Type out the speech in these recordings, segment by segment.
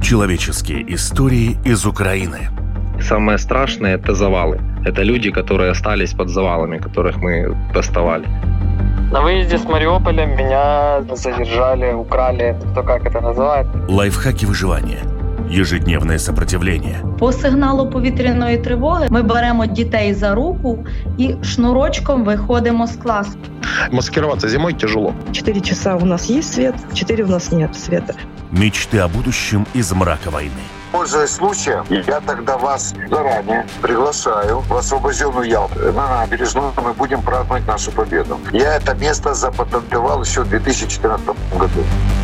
Человеческие истории из Украины. Самое страшное – это завалы. Это люди, которые остались под завалами, которых мы доставали. На выезде с Мариуполя меня задержали, украли, кто как это называет. Лайфхаки выживания. Ежедневне сопротивлення. По сигналу повітряної тривоги ми беремо дітей за руку і шнурочком виходимо з класу. Маскироваться зимой тяжело. 4 часа у нас есть свет, 4 у нас нет света. Мечты о будущем из мрака войны. Пользуясь случаем, я тогда вас заранее приглашаю в освобожденную Ялту. На набережную мы будем праздновать нашу победу. Я это место запатентовал еще в 2014 году.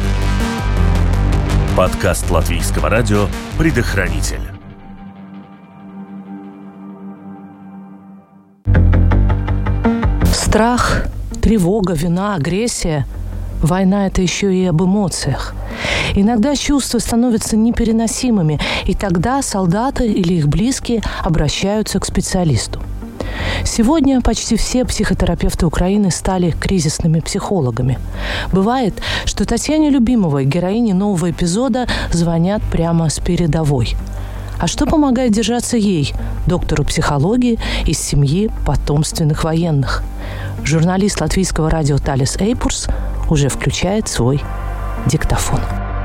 Подкаст Латвийского радио «Предохранитель». Страх, тревога, вина, агрессия. Война – это еще и об эмоциях. Иногда чувства становятся непереносимыми, и тогда солдаты или их близкие обращаются к специалисту. Сегодня почти все психотерапевты Украины стали кризисными психологами. Бывает, что Татьяне Любимовой, героине нового эпизода, звонят прямо с передовой. А что помогает держаться ей, доктору психологии из семьи потомственных военных? Журналист латвийского радио Талис Эйпурс уже включает свой диктофон.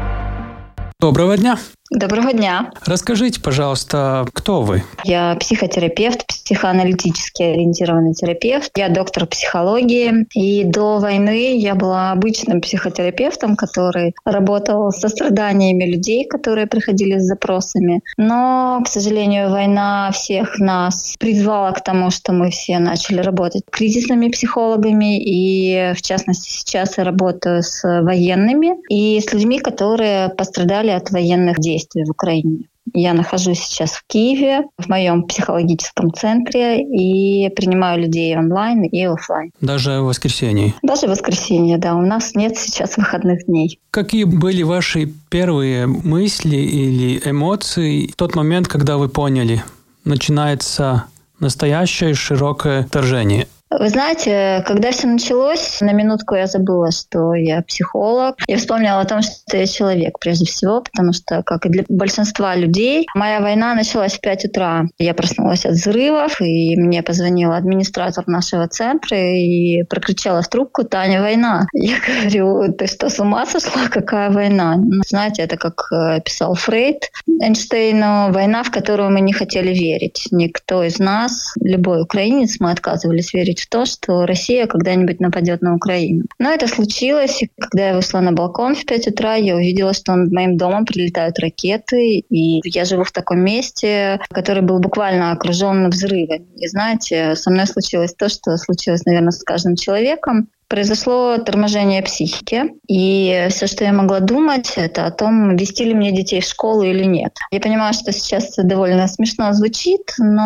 Доброго дня. Доброго дня. Расскажите, пожалуйста, кто вы? Я психотерапевт, психоаналитически ориентированный терапевт. Я доктор психологии. И до войны я была обычным психотерапевтом, который работал со страданиями людей, которые приходили с запросами. Но, к сожалению, война всех нас призвала к тому, что мы все начали работать кризисными психологами. И, в частности, сейчас я работаю с военными и с людьми, которые пострадали от военных действий в Украине. Я нахожусь сейчас в Киеве, в моем психологическом центре, и принимаю людей онлайн и офлайн. Даже в воскресенье? Даже в воскресенье, да. У нас нет сейчас выходных дней. Какие были ваши первые мысли или эмоции в тот момент, когда вы поняли, начинается настоящее широкое вторжение? Вы знаете, когда все началось, на минутку я забыла, что я психолог. Я вспомнила о том, что я человек прежде всего, потому что, как и для большинства людей, моя война началась в 5 утра. Я проснулась от взрывов, и мне позвонил администратор нашего центра и прокричала в трубку: «Таня, война». Я говорю: «Ты что, с ума сошла? Какая война?» Знаете, это как писал Фрейд Эйнштейну, война, в которую мы не хотели верить. Никто из нас, любой украинец, мы отказывались верить в то, что Россия когда-нибудь нападет на Украину. Но это случилось, и когда я вышла на балкон в 5 утра, я увидела, что над моим домом прилетают ракеты, и я живу в таком месте, который был буквально окружен взрывами. И знаете, со мной случилось то, что случилось, наверное, с каждым человеком. Произошло торможение психики, и все, что я могла думать, это о том, вести ли мне детей в школу или нет. Я понимаю, что сейчас довольно смешно звучит,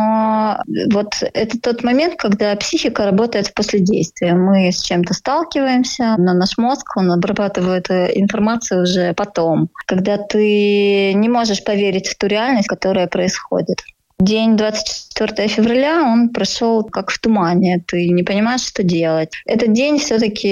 но вот это тот момент, когда психика работает в последействии. Мы с чем-то сталкиваемся, но наш мозг, он обрабатывает информацию уже потом, когда ты не можешь поверить в ту реальность, которая происходит. День 24 февраля, он прошел как в тумане. Ты не понимаешь, что делать. Этот день все-таки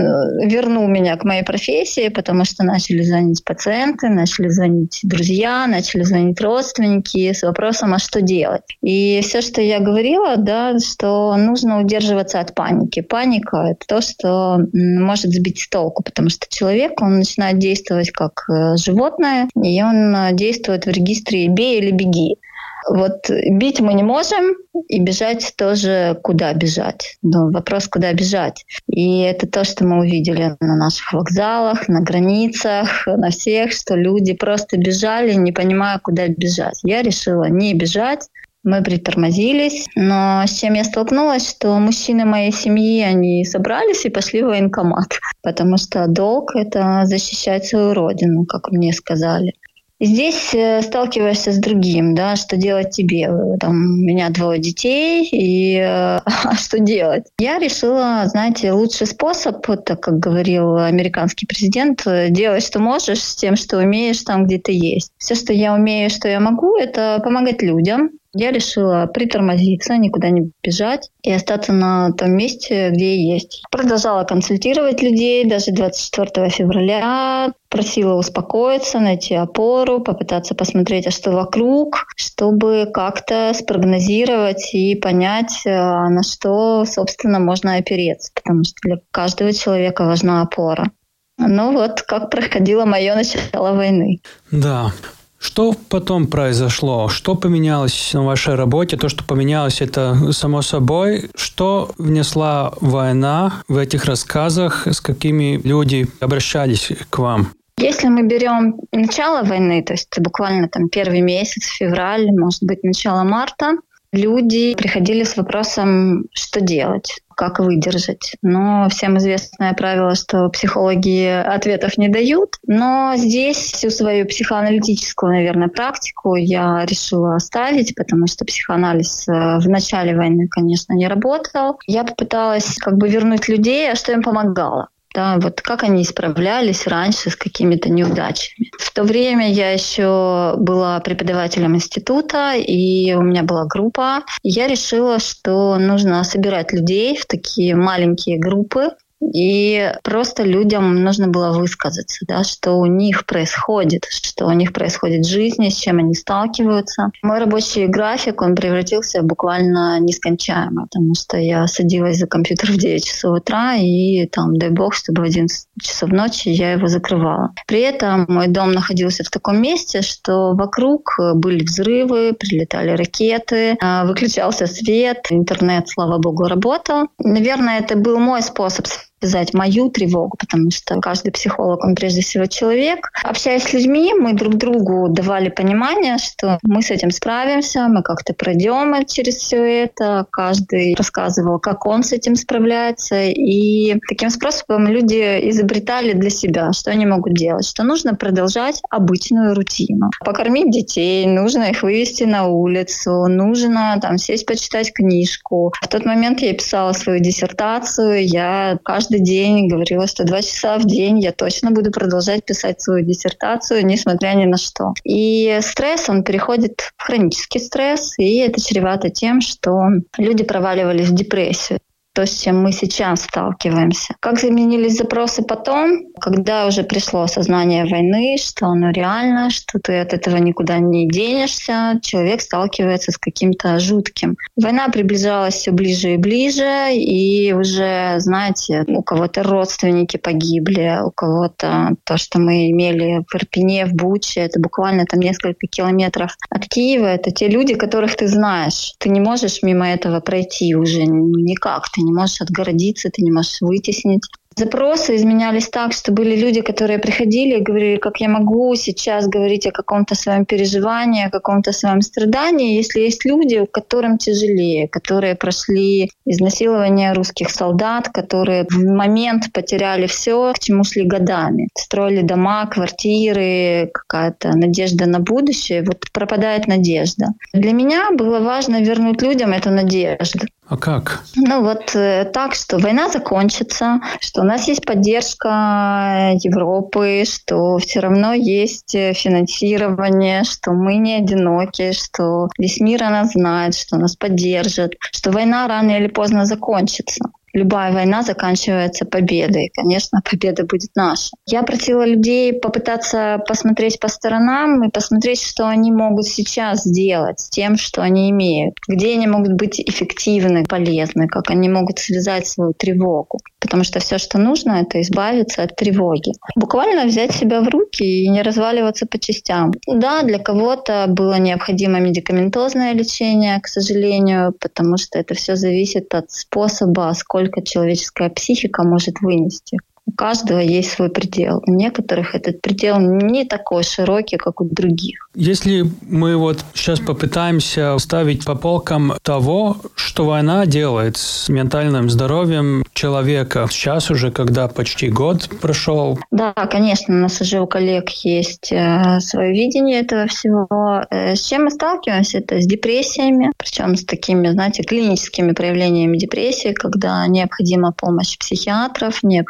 вернул меня к моей профессии, потому что начали звонить пациенты, начали звонить друзья, начали звонить родственники с вопросом, а что делать. И все, что я говорила, да, что нужно удерживаться от паники. Паника — это то, что может сбить с толку, потому что человек, он начинает действовать как животное, и он действует в регистре «бей или беги». Вот бить мы не можем, и бежать тоже куда бежать. Но вопрос, куда бежать. И это то, что мы увидели на наших вокзалах, на границах, на всех, что люди просто бежали, не понимая, куда бежать. Я решила не бежать. Мы притормозились, но с чем я столкнулась, что мужчины моей семьи, они собрались и пошли в военкомат, потому что долг — это защищать свою родину, как мне сказали. Здесь сталкиваешься с другим, да, что делать тебе? Там, у меня 2 детей, и что делать? Я решила, знаете, лучший способ, вот так как говорил американский президент, делать, что можешь, с тем, что умеешь там, где ты есть. Все, что я умею, что я могу, это помогать людям. Я решила притормозиться, никуда не бежать и остаться на том месте, где я есть. Продолжала консультировать людей, даже 24 февраля просила успокоиться, найти опору, попытаться посмотреть, а что вокруг, чтобы как-то спрогнозировать и понять, на что, собственно, можно опереться, потому что для каждого человека важна опора. Ну вот, как проходило мое начало войны. Да. Что потом произошло? Что поменялось на вашей работе? То, что поменялось, это само собой. Что внесла война в этих рассказах? С какими люди обращались к вам? Если мы берем начало войны, то есть буквально там первый месяц, февраль, может быть, начало марта, люди приходили с вопросом, что делать, как выдержать. Но всем известное правило, что психологи ответов не дают. Но здесь всю свою психоаналитическую, наверное, практику я решила оставить, потому что психоанализ в начале войны, конечно, не работал. Я попыталась вернуть людей, а что им помогало. Да, вот как они справлялись раньше с какими-то неудачами. В то время я еще была преподавателем института, и у меня была группа. И я решила, что нужно собирать людей в такие маленькие группы, и просто людям нужно было высказаться, да, что у них происходит в жизни, с чем они сталкиваются. Мой рабочий график, он превратился буквально нескончаемо, потому что я садилась за компьютер в 9 часов утра, и дай бог, чтобы в 11 часов ночи я его закрывала. При этом мой дом находился в таком месте, что вокруг были взрывы, прилетали ракеты, выключался свет, интернет, слава богу, работал. Наверное, это был мой способ связать мою тревогу, потому что каждый психолог, он прежде всего человек. Общаясь с людьми, мы друг другу давали понимание, что мы с этим справимся, мы как-то пройдем через все это. Каждый рассказывал, как он с этим справляется. И таким способом люди изобретали для себя, что они могут делать, что нужно продолжать обычную рутину. Покормить детей, нужно их вывести на улицу, нужно сесть почитать книжку. В тот момент я писала свою диссертацию, я каждый день говорила, что 2 часа в день я точно буду продолжать писать свою диссертацию, несмотря ни на что. И стресс, он переходит в хронический стресс, и это чревато тем, что люди проваливались в депрессию. То, с чем мы сейчас сталкиваемся. Как изменились запросы потом, когда уже пришло осознание войны, что оно реально, что ты от этого никуда не денешься, человек сталкивается с каким-то жутким. Война приближалась все ближе и ближе, и уже, знаете, у кого-то родственники погибли, у кого-то то, что мы имели в Ирпене, в Буче, это буквально несколько километров от Киева, это те люди, которых ты знаешь. Ты не можешь мимо этого пройти уже никак. Ты не можешь отгородиться, ты не можешь вытеснить. Запросы изменялись так, что были люди, которые приходили и говорили, как я могу сейчас говорить о каком-то своем переживании, о каком-то своем страдании, если есть люди, которым тяжелее, которые прошли изнасилование русских солдат, которые в момент потеряли все, к чему шли годами. Строили дома, квартиры, какая-то надежда на будущее. Вот пропадает надежда. Для меня было важно вернуть людям эту надежду. А как? Так, что война закончится, что у нас есть поддержка Европы, что все равно есть финансирование, что мы не одиноки, что весь мир о нас знает, что нас поддержит, что война рано или поздно закончится. Любая война заканчивается победой. Конечно, победа будет наша. Я просила людей попытаться посмотреть по сторонам и посмотреть, что они могут сейчас сделать с тем, что они имеют. Где они могут быть эффективны, полезны, как они могут связать свою тревогу. Потому что все, что нужно, это избавиться от тревоги. Буквально взять себя в руки и не разваливаться по частям. Да, для кого-то было необходимо медикаментозное лечение, к сожалению, потому что это все зависит от способа, сколько человеческая психика может вынести. У каждого есть свой предел. У некоторых этот предел не такой широкий, как у других. Если мы сейчас попытаемся ставить по полкам того, что война делает с ментальным здоровьем человека, сейчас уже, когда почти год прошел. Да, конечно, у нас уже у коллег есть свое видение этого всего. С чем мы сталкиваемся? Это с депрессиями, причем с такими, клиническими проявлениями депрессии, когда необходима помощь психиатров, необходима медикаментозная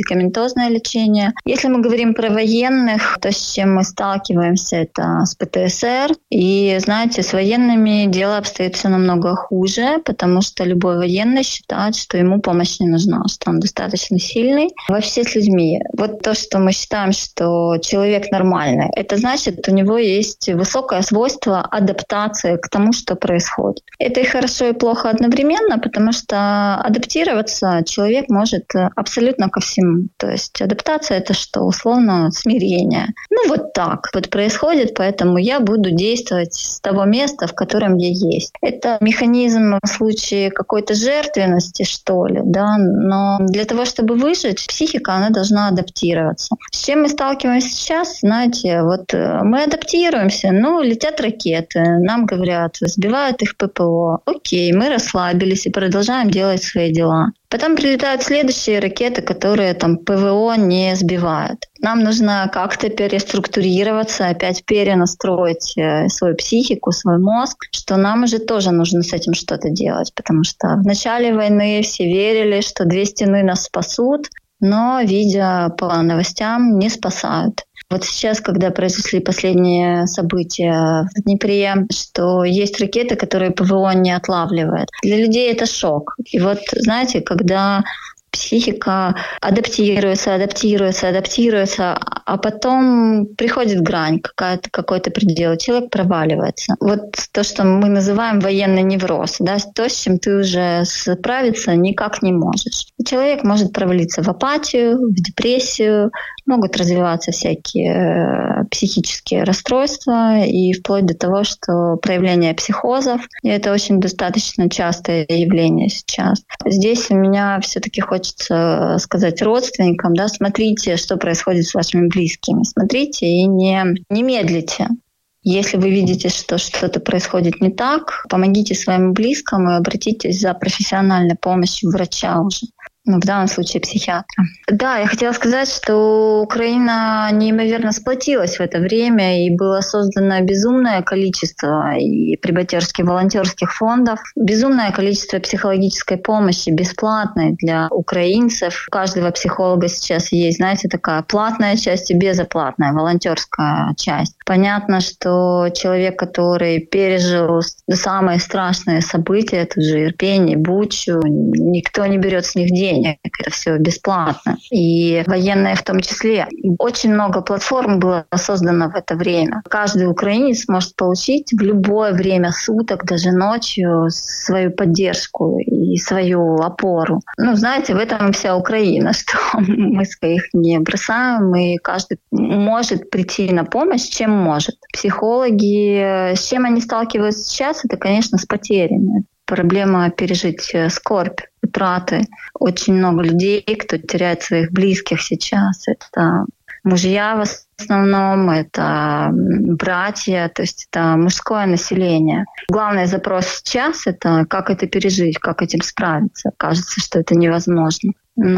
медикаментозное лечение. Если мы говорим про военных, то с чем мы сталкиваемся, это с ПТСР. И, знаете, с военными дело обстоит все намного хуже, потому что любой военный считает, что ему помощь не нужна, что он достаточно сильный. Вообще с людьми. Вот то, что мы считаем, что человек нормальный, это значит, у него есть высокое свойство адаптации к тому, что происходит. Это и хорошо, и плохо одновременно, потому что адаптироваться человек может абсолютно ко всему. То есть адаптация — это что? Условно смирение. Ну вот так вот происходит, поэтому я буду действовать с того места, в котором я есть. Это механизм в случае какой-то жертвенности, что ли, да, но для того, чтобы выжить, психика, она должна адаптироваться. С чем мы сталкиваемся сейчас? Знаете, вот мы адаптируемся, летят ракеты, нам говорят, сбивают их ППО. Окей, мы расслабились и продолжаем делать свои дела. Потом прилетают следующие ракеты, которые там ПВО не сбивают. Нам нужно как-то переструктурироваться, опять перенастроить свою психику, свой мозг, что нам уже тоже нужно с этим что-то делать, потому что в начале войны все верили, что 2 стены нас спасут, но, видя по новостям, не спасают. Вот сейчас, когда произошли последние события в Днепре, что есть ракеты, которые ПВО не отлавливает. Для людей это шок. И вот, знаете, когда психика адаптируется, а потом приходит грань, какой-то предел, человек проваливается. Вот то, что мы называем военный невроз, да, то, с чем ты уже справиться никак не можешь. Человек может провалиться в апатию, в депрессию, могут развиваться всякие психические расстройства и вплоть до того, что проявление психозов, и это очень достаточно частое явление сейчас. Здесь у меня все-таки хочется сказать родственникам, да, смотрите, что происходит с вашими близкими, смотрите и не медлите. Если вы видите, что что-то происходит не так, помогите своему близкому и обратитесь за профессиональной помощью врача уже. В данном случае психиатра. Да, я хотела сказать, что Украина неимоверно сплотилась в это время, и было создано безумное количество и прибатерских волонтерских фондов, безумное количество психологической помощи бесплатной для украинцев. У каждого психолога сейчас есть, знаете, такая платная часть и безоплатная волонтерская часть. Понятно, что человек, который пережил самые страшные события, это же Ирпень, Бучу, никто не берет с них денег. Это все бесплатно. И военные в том числе. Очень много платформ было создано в это время. Каждый украинец может получить в любое время суток, даже ночью, свою поддержку и свою опору. Знаете, в этом вся Украина, что мы своих не бросаем, и каждый может прийти на помощь, чем может. Психологи, с чем они сталкиваются сейчас, это, конечно, с потерями. Проблема пережить скорбь, утраты. Очень много людей, кто теряет своих близких сейчас. Это мужья в основном, это братья, то есть это мужское население. Главный запрос сейчас — это как это пережить, как этим справиться. Кажется, что это невозможно.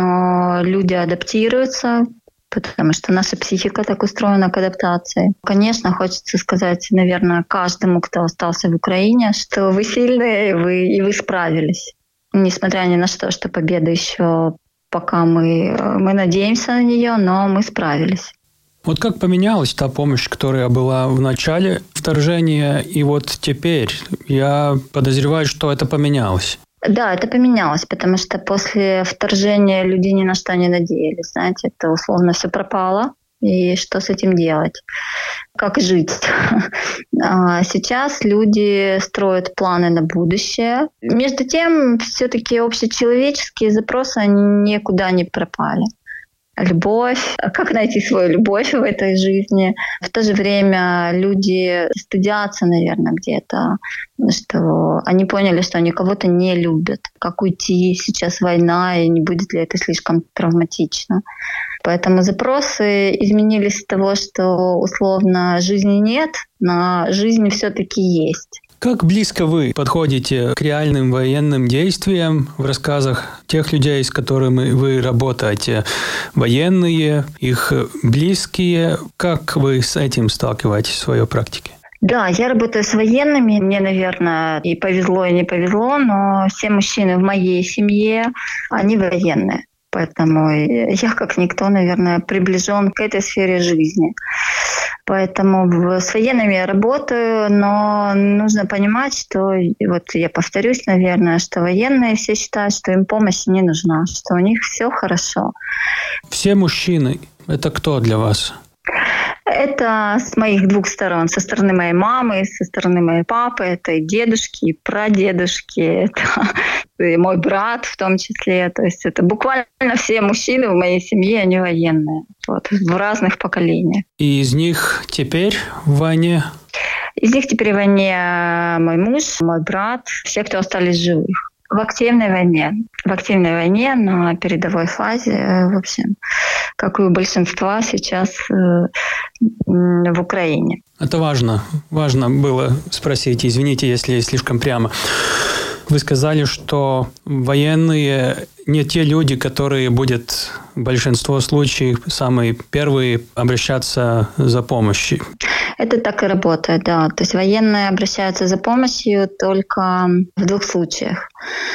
Но люди адаптируются, потому что наша психика так устроена к адаптации. Конечно, хочется сказать, наверное, каждому, кто остался в Украине, что вы сильные, и вы справились. Несмотря ни на что победа еще пока мы надеемся на нее, но мы справились. Вот как поменялась та помощь, которая была в начале вторжения, и вот теперь? Я подозреваю, что это поменялось. Да, это поменялось, потому что после вторжения люди ни на что не надеялись. Знаете, это условно все пропало. И что с этим делать? Как жить? Сейчас люди строят планы на будущее. Между тем, все-таки общечеловеческие запросы никуда не пропали. Любовь, как найти свою любовь в этой жизни. В то же время люди стыдятся, наверное, где-то, что они поняли, что они кого-то не любят. Как уйти? Сейчас война, и не будет ли это слишком травматично? Поэтому запросы изменились с того, что условно жизни нет, но жизнь все-таки есть. Как близко вы подходите к реальным военным действиям в рассказах тех людей, с которыми вы работаете? Военные, их близкие. Как вы с этим сталкиваетесь в своей практике? Да, я работаю с военными. Мне, наверное, и повезло, и не повезло, но все мужчины в моей семье, они военные. Поэтому я, как никто, наверное, приближен к этой сфере жизни. Поэтому с военными я работаю, но нужно понимать, что, вот я повторюсь, наверное, что военные все считают, что им помощь не нужна, что у них все хорошо. Все мужчины – это кто для вас? Это с моих двух сторон. Со стороны моей мамы, со стороны моей папы. Это и дедушки, и прадедушки. Это и мой брат в том числе. То есть это буквально все мужчины в моей семье, они военные. Вот, в разных поколениях. И из них теперь в войне? Из них теперь в войне мой муж, мой брат, все, кто остались живых. В активной войне, на передовой фазе, в общем, как и у большинства сейчас в Украине. Это важно. Важно было спросить, извините, если слишком прямо. Вы сказали, что военные не те люди, которые будут в большинстве случаев самые первые обращаться за помощью. Это так и работает, да. То есть военные обращаются за помощью только в двух случаях.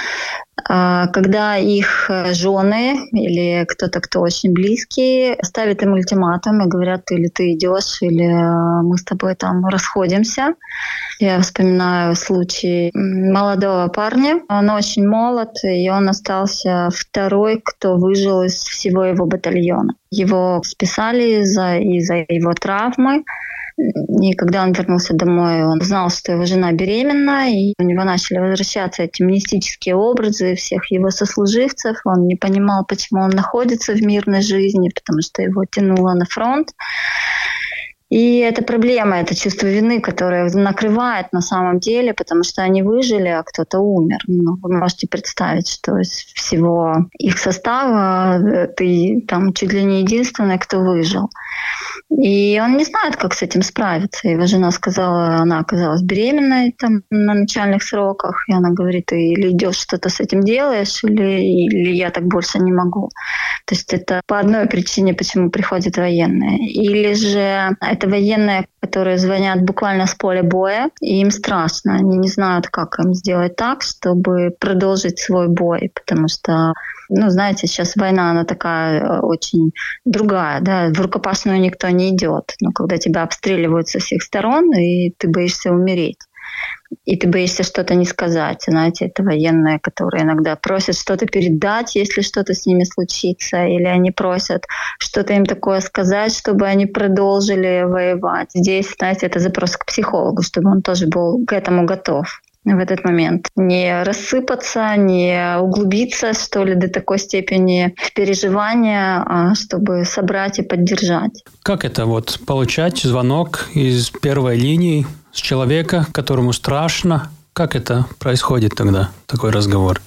Когда их жены или кто-то, кто очень близкий, ставят им ультиматум и говорят: или ты идешь, или мы с тобой там расходимся. Я вспоминаю случай молодого парня. Он очень молод, и он остался второй, кто выжил из всего его батальона. Его списали из-за его травмы. И когда он вернулся домой, он знал, что его жена беременна, и у него начали возвращаться эти мистические образы всех его сослуживцев. Он не понимал, почему он находится в мирной жизни, потому что его тянуло на фронт. И это проблема, это чувство вины, которое накрывает на самом деле, потому что они выжили, а кто-то умер. Ну, вы можете представить, что из всего их состава ты там чуть ли не единственный, кто выжил. И он не знает, как с этим справиться. Его жена сказала, она оказалась беременной там, на начальных сроках, и она говорит: ты или идешь что-то с этим делаешь, или я так больше не могу. То есть это по одной причине, почему приходят военные. Или же это военные, которые звонят буквально с поля боя, и им страшно. Они не знают, как им сделать так, чтобы продолжить свой бой, потому что, знаете, сейчас война, она такая очень другая, да, в рукопашную никто не идет. Но когда тебя обстреливают со всех сторон, и ты боишься умереть. И ты боишься что-то не сказать. Знаете, это военные, которые иногда просят что-то передать, если что-то с ними случится, или они просят что-то им такое сказать, чтобы они продолжили воевать. Здесь, знаете, это запрос к психологу, чтобы он тоже был к этому готов в этот момент. Не рассыпаться, не углубиться, что ли, до такой степени в переживания, а чтобы собрать и поддержать. Как это получать звонок из первой линии с человека, которому страшно? Как это происходит тогда, такой разговор?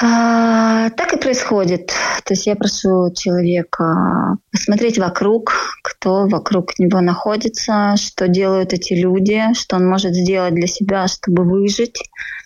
Так и происходит. То есть я прошу человека посмотреть вокруг, кто вокруг него находится, что делают эти люди, что он может сделать для себя, чтобы выжить,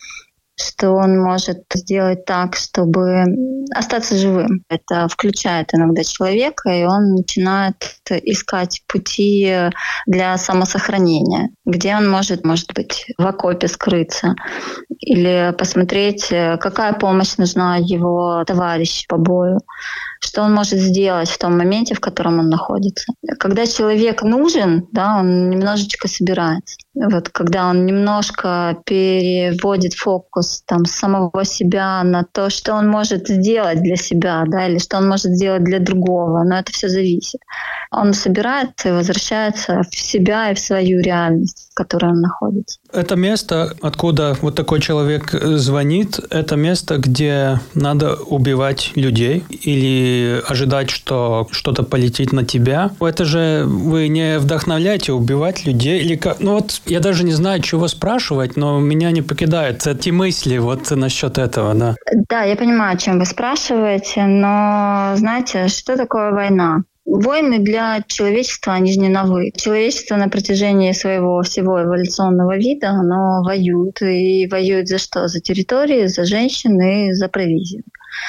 что он может сделать так, чтобы остаться живым. Это включает иногда человека, и он начинает искать пути для самосохранения, где он может быть, в окопе скрыться, или посмотреть, какая помощь нужна его товарищу по бою, что он может сделать в том моменте, в котором он находится. Когда человек нужен, да, он немножечко собирается. Когда он немножко переводит фокус с самого себя на то, что он может сделать для себя, да, или что он может сделать для другого, но это все зависит. Он собирается и возвращается в себя и в свою реальность, в которой он находится. Это место, откуда такой человек звонит, это место, где надо убивать людей или ожидать, что что-то полетит на тебя. Это же вы не вдохновляете убивать людей или как? Я даже не знаю, чего спрашивать, но меня не покидают эти мысли насчет этого, да. Да, я понимаю, о чем вы спрашиваете, но знаете, что такое война? Войны для человечества, они же не новые. Человечество на протяжении своего всего эволюционного вида, оно воюет. И воюет за что? За территории, за женщин и за провизию.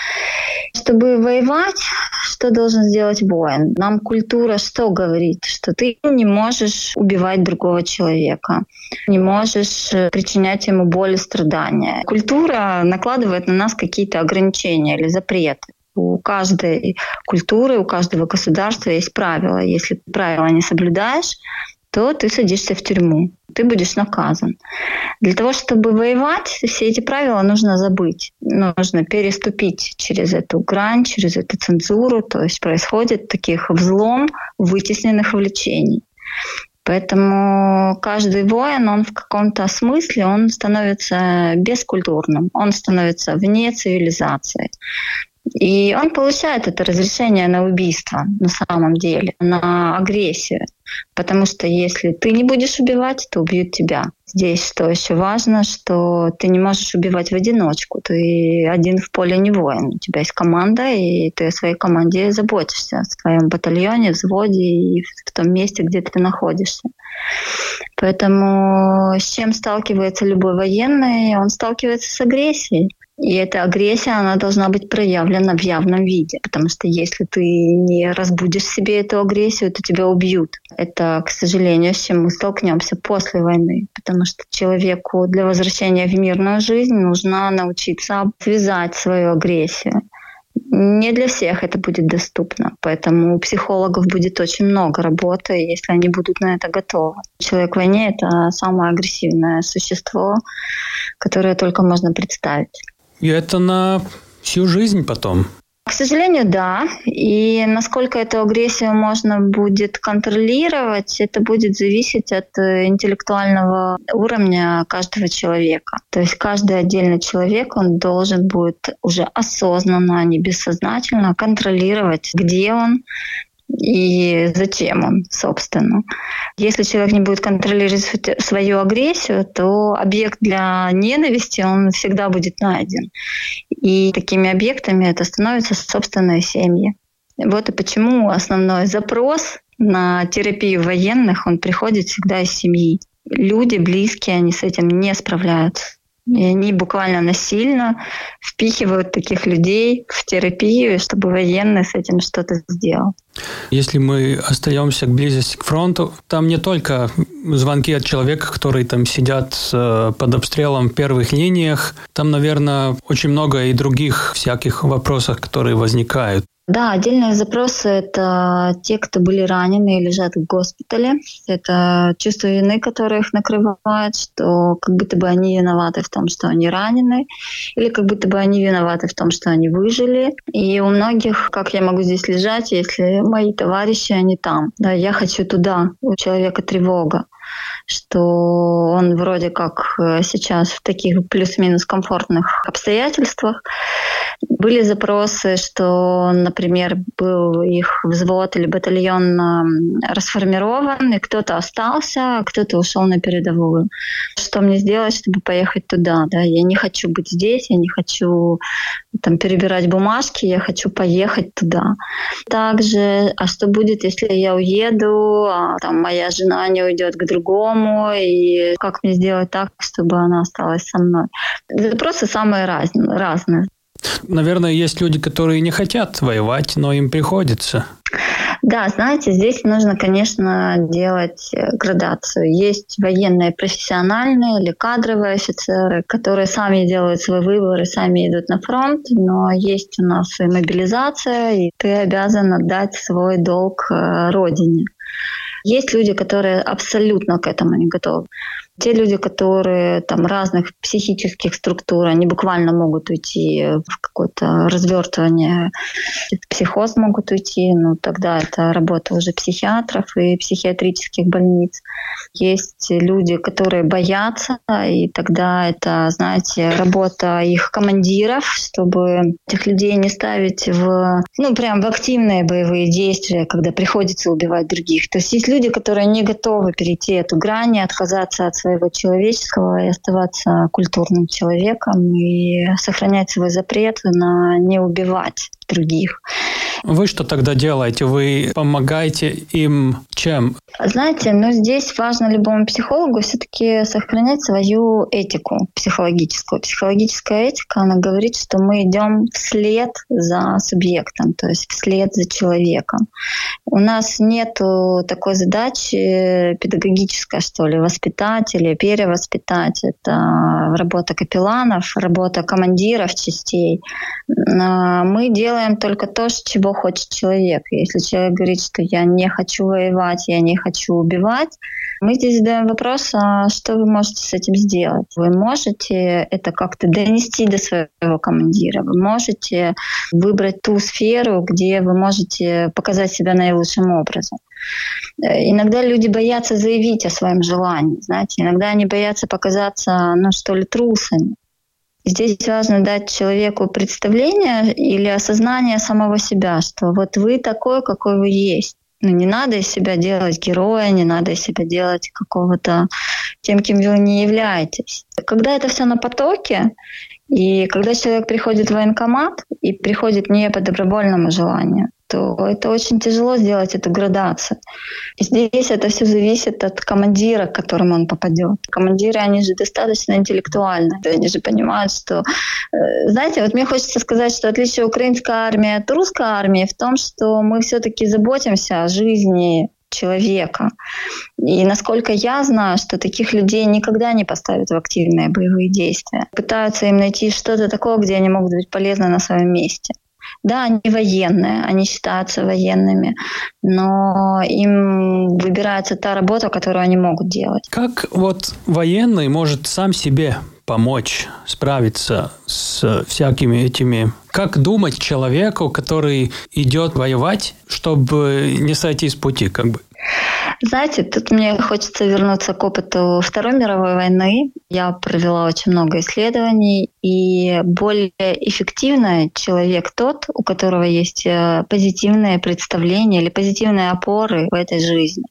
Чтобы воевать, что должен сделать воин? Нам культура что говорит? Что ты не можешь убивать другого человека, не можешь причинять ему боль и страдания. Культура накладывает на нас какие-то ограничения или запреты. у каждой культуры, у каждого государства есть правила. Если ты правила не соблюдаешь, то ты садишься в тюрьму, ты будешь наказан. Для того, чтобы воевать, все эти правила нужно забыть. Нужно переступить через эту грань, через эту цензуру. То есть происходит таких взлом вытесненных влечений. Поэтому каждый воин, он в каком-то смысле, он становится бескультурным, он становится вне цивилизации. И он получает это разрешение на убийство на самом деле, на агрессию. Потому что если ты не будешь убивать, то убьют тебя. Здесь что еще важно, что ты не можешь убивать в одиночку. Ты один в поле не воин. У тебя есть команда, и ты о своей команде заботишься, о своем батальоне, взводе и в том месте, где ты находишься. Поэтому с чем сталкивается любой военный? Он сталкивается с агрессией. И эта агрессия, она должна быть проявлена в явном виде, потому что если ты не разбудишь в себе эту агрессию, то тебя убьют. Это, к сожалению, с чем мы столкнемся после войны, потому что человеку для возвращения в мирную жизнь нужно научиться связать свою агрессию. Не для всех это будет доступно, поэтому у психологов будет очень много работы, если они будут на это готовы. Человек в войне — это самое агрессивное существо, которое только можно представить. И это на всю жизнь потом? К сожалению, да. И насколько эту агрессию можно будет контролировать, это будет зависеть от интеллектуального уровня каждого человека. То есть каждый отдельный человек, он должен будет уже осознанно, а не бессознательно контролировать, где он и зачем он, собственно. Если человек не будет контролировать свою агрессию, то объект для ненависти, он всегда будет найден. И такими объектами это становятся собственные семьи. Вот и почему основной запрос на терапию военных, он приходит всегда из семьи. Люди близкие, они с этим не справляются. И они буквально насильно впихивают таких людей в терапию, чтобы военный с этим что-то сделал. Если мы остаемся к близости к фронту, там не только звонки от человека, которые там сидят под обстрелом в первых линиях, там, наверное, очень много и других всяких вопросов, которые возникают. Да, отдельные запросы — это те, кто были ранены и лежат в госпитале. Это чувство вины, которое их накрывает, что как будто бы они виноваты в том, что они ранены, или как будто бы они виноваты в том, что они выжили. И у многих, как я могу здесь лежать, если мои товарищи, они там. Да, я хочу туда. У человека тревога, что он вроде как сейчас в таких плюс-минус комфортных обстоятельствах. Были запросы, что, например, был их взвод или батальон расформирован, и кто-то остался, а кто-то ушел на передовую. Что мне сделать, чтобы поехать туда? Да? Я не хочу быть здесь, я не хочу там перебирать бумажки, я хочу поехать туда. Также, а что будет, если я уеду, а там моя жена не уйдет к другому, и как мне сделать так, чтобы она осталась со мной? Запросы самые разные. Наверное, есть люди, которые не хотят воевать, но им приходится. Да, знаете, здесь нужно, конечно, делать градацию. Есть военные профессиональные или кадровые офицеры, которые сами делают свой выбор и сами идут на фронт, но есть у нас и мобилизация, и ты обязан отдать свой долг родине. Есть люди, которые абсолютно к этому не готовы. Те люди, которые там разных психических структур, они буквально могут уйти в какое-то развертывание, в психоз могут уйти, но тогда это работа уже психиатров и психиатрических больниц. Есть люди, которые боятся, и тогда это, знаете, работа их командиров, чтобы этих людей не ставить прям в активные боевые действия, когда приходится убивать других. То есть есть люди, которые не готовы перейти эту грань и отказаться от своего человеческого и оставаться культурным человеком и сохранять свой запрет на не убивать других. Вы что тогда делаете? Вы помогаете им чем? Знаете, здесь важно любому психологу все-таки сохранять свою этику психологическую. Психологическая этика, она говорит, что мы идем вслед за субъектом, то есть вслед за человеком. У нас нет такой задачи педагогической, что ли, воспитать или перевоспитать. Это работа капелланов, работа командиров частей. Мы делаем делаем только то, чего хочет человек. Если человек говорит, что я не хочу воевать, я не хочу убивать, мы здесь задаем вопрос, а что вы можете с этим сделать? Вы можете это как-то донести до своего командира, вы можете выбрать ту сферу, где вы можете показать себя наилучшим образом. Иногда люди боятся заявить о своем желании, знаете, иногда они боятся показаться, трусами. Здесь важно дать человеку представление или осознание самого себя, что вот вы такой, какой вы есть. Не надо из себя делать героя, не надо из себя делать какого-то тем, кем вы не являетесь. Когда это все на потоке, и когда человек приходит в военкомат и приходит не по добровольному желанию, то это очень тяжело сделать эту градацию. И здесь это все зависит от командира, к которому он попадет. Командиры, они же достаточно интеллектуальны. Они же понимают, что... Знаете, вот мне хочется сказать, что отличие украинской армии от русской армии в том, что мы все-таки заботимся о жизни человека. И насколько я знаю, что таких людей никогда не поставят в активные боевые действия. Пытаются им найти что-то такое, где они могут быть полезны на своем месте. Да, они военные, они считаются военными, но им выбирается та работа, которую они могут делать. Как вот военный может сам себе помочь справиться с всякими этими... Как думать человеку, который идет воевать, чтобы не сойти с пути, как бы? Знаете, тут мне хочется вернуться к опыту Второй мировой войны. Я провела очень много исследований, и более эффективный человек тот, у которого есть позитивные представления или позитивные опоры в этой жизни.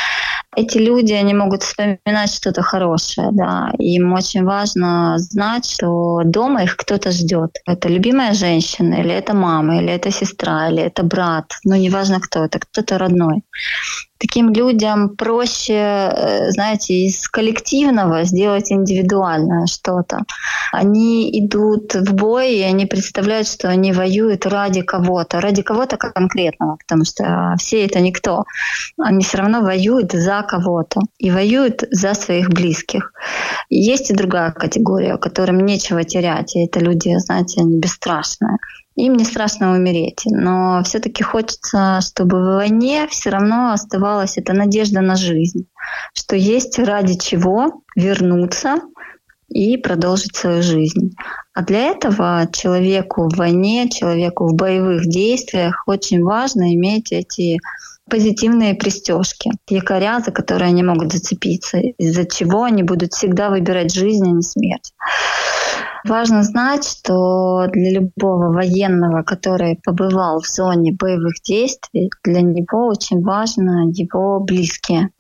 Эти люди, они могут вспоминать что-то хорошее, да. Им очень важно знать, что дома их кто-то ждет. Это любимая женщина, или это мама, или это сестра, или это брат. Неважно кто, это кто-то родной. Таким людям проще, знаете, из коллективного сделать индивидуальное что-то. Они идут в бой, и они представляют, что они воюют ради кого-то конкретного, потому что все это никто. Они все равно воюют за кого-то и воюют за своих близких. Есть и другая категория, которым нечего терять, и это люди, знаете, они бесстрашные. Им не страшно умереть, но все-таки хочется, чтобы в войне все равно оставалась эта надежда на жизнь, что есть ради чего вернуться и продолжить свою жизнь. А для этого человеку в войне, человеку в боевых действиях очень важно иметь эти позитивные пристежки, якоря, за которые они могут зацепиться, из-за чего они будут всегда выбирать жизнь, а не смерть. Важно знать, что для любого военного, который побывал в зоне боевых действий, для него очень важно его близкие.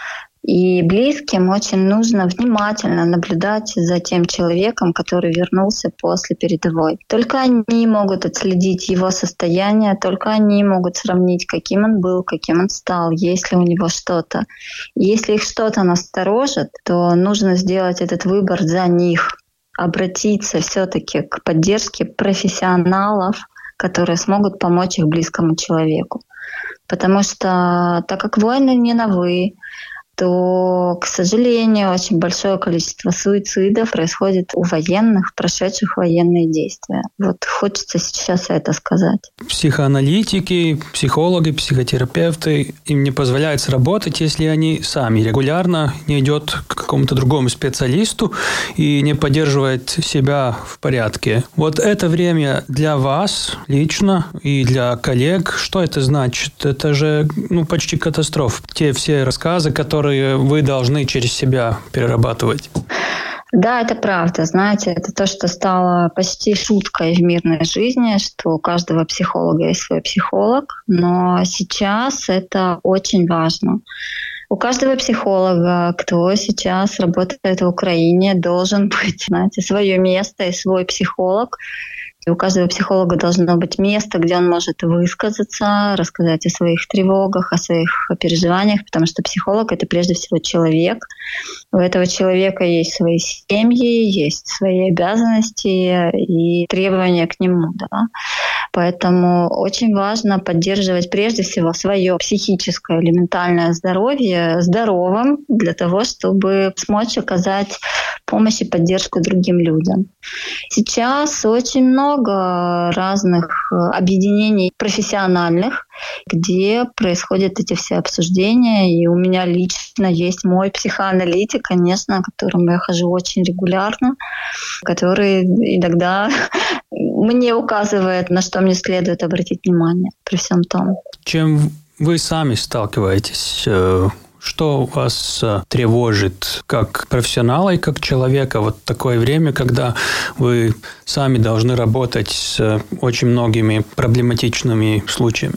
И близким очень нужно внимательно наблюдать за тем человеком, который вернулся после передовой. Только они могут отследить его состояние, только они могут сравнить, каким он был, каким он стал, есть ли у него что-то. И если их что-то насторожит, то нужно сделать этот выбор за них, обратиться все-таки к поддержке профессионалов, которые смогут помочь их близкому человеку. Потому что, так как войны не новые, то, к сожалению, очень большое количество суицидов происходит у военных, прошедших военные действия. Вот хочется сейчас это сказать. Психоаналитики, психологи, психотерапевты, им не позволяют сработать, если они сами регулярно не идут к какому-то другому специалисту и не поддерживают себя в порядке. Вот это время для вас лично и для коллег, что это значит? Это же почти катастрофа. Те все рассказы, которые вы должны через себя перерабатывать. Да, это правда. Знаете, это то, что стало почти шуткой в мирной жизни, что у каждого психолога есть свой психолог, но сейчас это очень важно. У каждого психолога, кто сейчас работает в Украине, должен быть, знаете, свое место и свой психолог. И у каждого психолога должно быть место, где он может высказаться, рассказать о своих тревогах, о своих переживаниях, потому что психолог — это прежде всего человек. У этого человека есть свои семьи, есть свои обязанности и требования к нему. Да? Поэтому очень важно поддерживать прежде всего свое психическое или ментальное здоровье здоровым для того, чтобы смочь оказать помощь и поддержку другим людям. Сейчас очень много разных объединений профессиональных, где происходят эти все обсуждения. И у меня лично есть мой психоаналитик, конечно, к которому я хожу очень регулярно, который иногда мне указывает, на что мне следует обратить внимание при всем том. Чем вы сами сталкиваетесь? Что вас тревожит как профессионала и как человека вот такое время, когда вы сами должны работать с очень многими проблематичными случаями?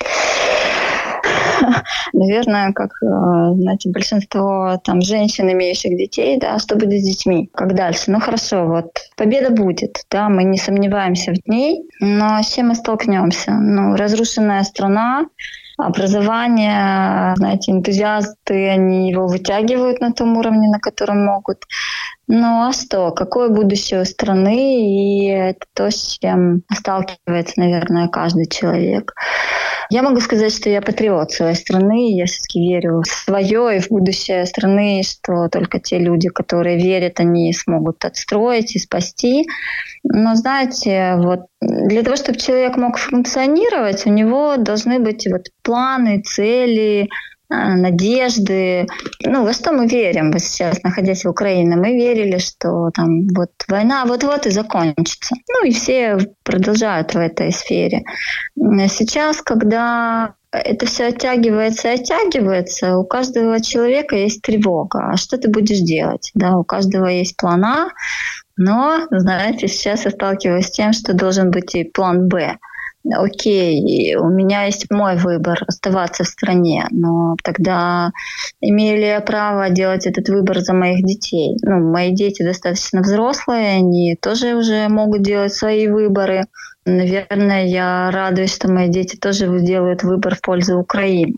Наверное, как, знаете, большинство там женщин, имеющих детей, да, что будет с детьми? Как дальше? Ну хорошо, вот победа будет, да, мы не сомневаемся в ней, но с чем мы столкнемся? Ну, разрушенная страна, образование, знаете, энтузиасты, они его вытягивают на том уровне, на котором могут. Ну а что? Какое будущее у страны? И это то, с чем сталкивается, наверное, каждый человек. Я могу сказать, что я патриот своей страны, я все-таки верю в свое и в будущее страны, что только те люди, которые верят, они смогут отстроить и спасти. Но знаете, вот для того, чтобы человек мог функционировать, у него должны быть вот планы, цели, надежды. Ну, во что мы верим? Вот сейчас, находясь в Украине, мы верили, что там вот война вот-вот и закончится. Ну, и все продолжают в этой сфере. Сейчас, когда это все оттягивается, у каждого человека есть тревога. А что ты будешь делать? Да, у каждого есть план А, но, знаете, сейчас я сталкиваюсь с тем, что должен быть и план Б. Окей, у меня есть мой выбор оставаться в стране, но тогда имею ли я право делать этот выбор за моих детей? Ну, мои дети достаточно взрослые, они тоже уже могут делать свои выборы. Наверное, я радуюсь, что мои дети тоже делают выбор в пользу Украины.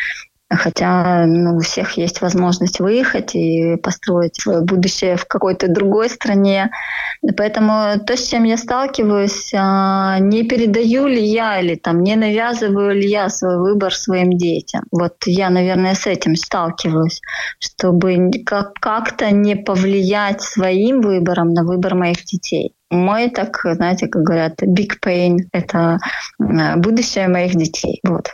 Хотя у всех есть возможность выехать и построить свое будущее в какой-то другой стране. Поэтому то, с чем я сталкиваюсь, не передаю ли я или там, не навязываю ли я свой выбор своим детям. Вот я, наверное, с этим сталкиваюсь, чтобы как-то не повлиять своим выбором на выбор моих детей. Мой, так, знаете, как говорят, big pain — это будущее моих детей. Вот.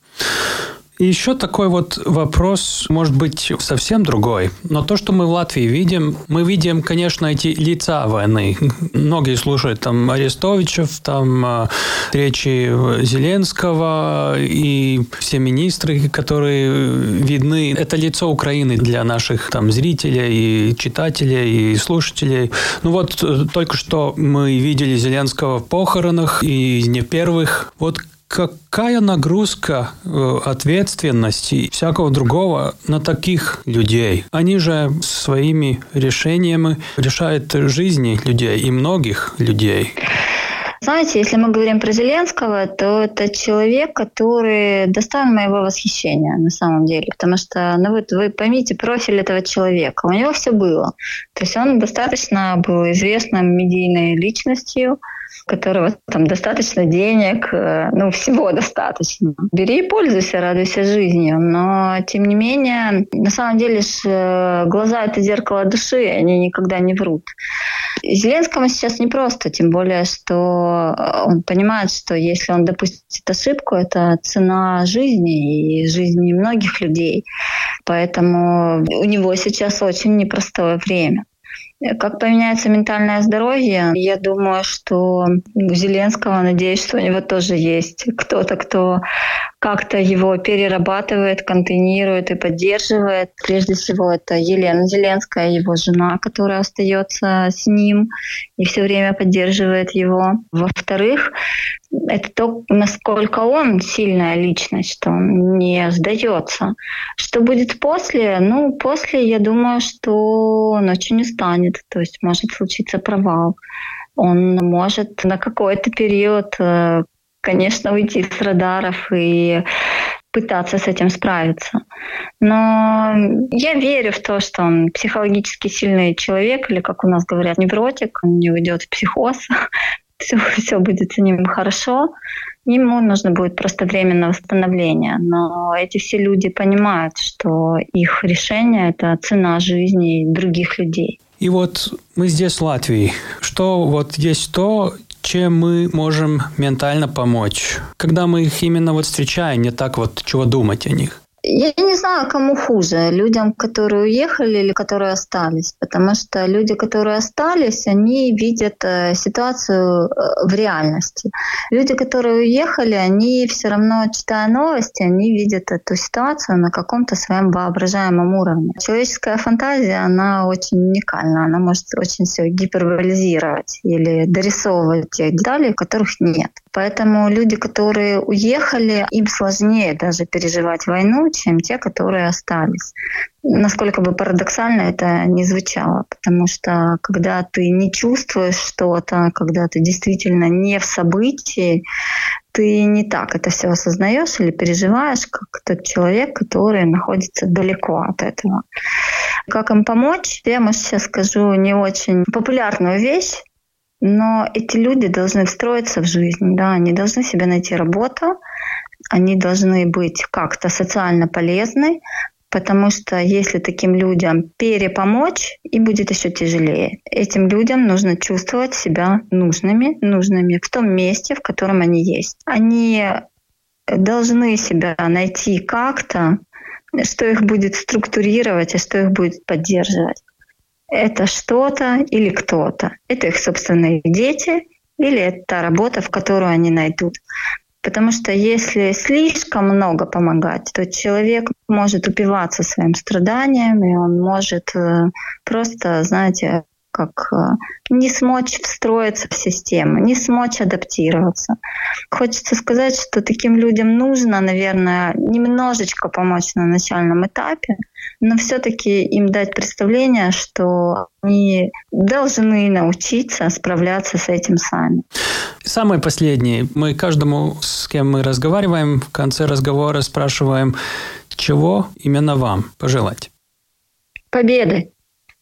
И еще такой вот вопрос, может быть, совсем другой. Но то, что мы в Латвии видим, мы видим, конечно, эти лица войны. Многие слушают там Арестовичев, там речи Зеленского и все министры, которые видны. Это лицо Украины для наших там зрителей и читателей и слушателей. Ну вот только что мы видели Зеленского в похоронах и не первых. Вот какая нагрузка ответственности и всякого другого на таких людей? Они же своими решениями решают жизни людей и многих людей. Знаете, если мы говорим про Зеленского, то это человек, который достоин моего восхищения на самом деле. Потому что, вы поймите профиль этого человека. У него все было. То есть он достаточно был известным медийной личностью, у которого там достаточно денег, всего достаточно. Бери и пользуйся, радуйся жизнью. Но, тем не менее, на самом деле глаза — это зеркало души, они никогда не врут. Зеленскому сейчас непросто, тем более, что он понимает, что если он допустит ошибку, это цена жизни и жизни многих людей. Поэтому у него сейчас очень непростое время. Как поменяется ментальное здоровье? Я думаю, что у Зеленского, надеюсь, что у него тоже есть кто-то, кто как-то его перерабатывает, контейнирует и поддерживает. Прежде всего, это Елена Зеленская, его жена, которая остается с ним и все время поддерживает его. Во-вторых, это то, насколько он сильная личность, что он не сдается. Что будет после? После, я думаю, что он очень устанет. То есть может случиться провал. Он может на какой-то период, конечно, уйти с радаров и пытаться с этим справиться. Но я верю в то, что он психологически сильный человек, или, как у нас говорят, невротик, он не уйдет в психоз. Все будет с ним хорошо. Ему нужно будет просто временное восстановление. Но эти все люди понимают, что их решение — это цена жизни других людей. И вот мы здесь, в Латвии. Что вот есть то, чем мы можем ментально помочь? Когда мы их именно вот встречаем, не так вот чего думать о них. Я не знаю, кому хуже, людям, которые уехали или которые остались, потому что люди, которые остались, они видят ситуацию в реальности. Люди, которые уехали, они все равно, читая новости, они видят эту ситуацию на каком-то своем воображаемом уровне. Человеческая фантазия, она очень уникальна, она может очень все гиперболизировать или дорисовывать те детали, которых нет. Поэтому люди, которые уехали, им сложнее даже переживать войну, чем те, которые остались. Насколько бы парадоксально это ни звучало, потому что когда ты не чувствуешь что-то, когда ты действительно не в событии, ты не так это все осознаешь или переживаешь, как тот человек, который находится далеко от этого. Как им помочь? Я, может, сейчас скажу не очень популярную вещь, но эти люди должны встроиться в жизнь, да, они должны себе найти работу, они должны быть как-то социально полезны, потому что если таким людям перепомочь, им будет еще тяжелее. Этим людям нужно чувствовать себя нужными в том месте, в котором они есть. Они должны себя найти как-то, что их будет структурировать, а что их будет поддерживать. Это что-то или кто-то. Это их собственные дети или это та работа, в которую они найдут. Потому что если слишком много помогать, то человек может упиваться своим страданием, и он может просто, знаете, как не смочь встроиться в систему, не смочь адаптироваться. Хочется сказать, что таким людям нужно, наверное, немножечко помочь на начальном этапе, но все-таки им дать представление, что они должны научиться справляться с этим сами. Самое последнее. Мы каждому, с кем мы разговариваем, в конце разговора спрашиваем, чего именно вам пожелать? Победы.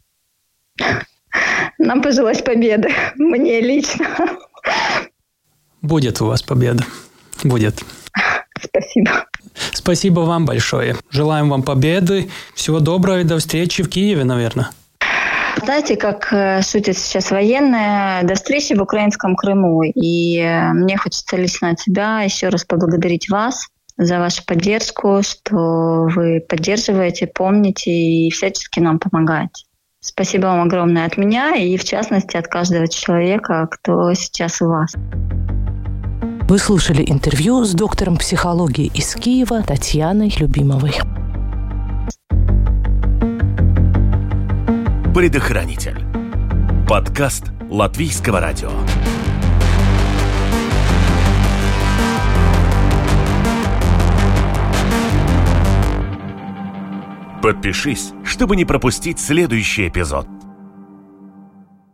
Нам пожелать победы. Мне лично. Будет у вас победа. Будет. Спасибо. Спасибо вам большое. Желаем вам победы. Всего доброго и до встречи в Киеве, наверное. Знаете, как шутят сейчас военные, до встречи в украинском Крыму. И мне хочется лично от себя еще раз поблагодарить вас за вашу поддержку, что вы поддерживаете, помните и всячески нам помогаете. Спасибо вам огромное от меня и, в частности, от каждого человека, кто сейчас у вас. Вы слушали интервью с доктором психологии из Киева Татьяной Любимовой. Предохранитель. Подкаст Латвийского радио. Подпишись, чтобы не пропустить следующий эпизод.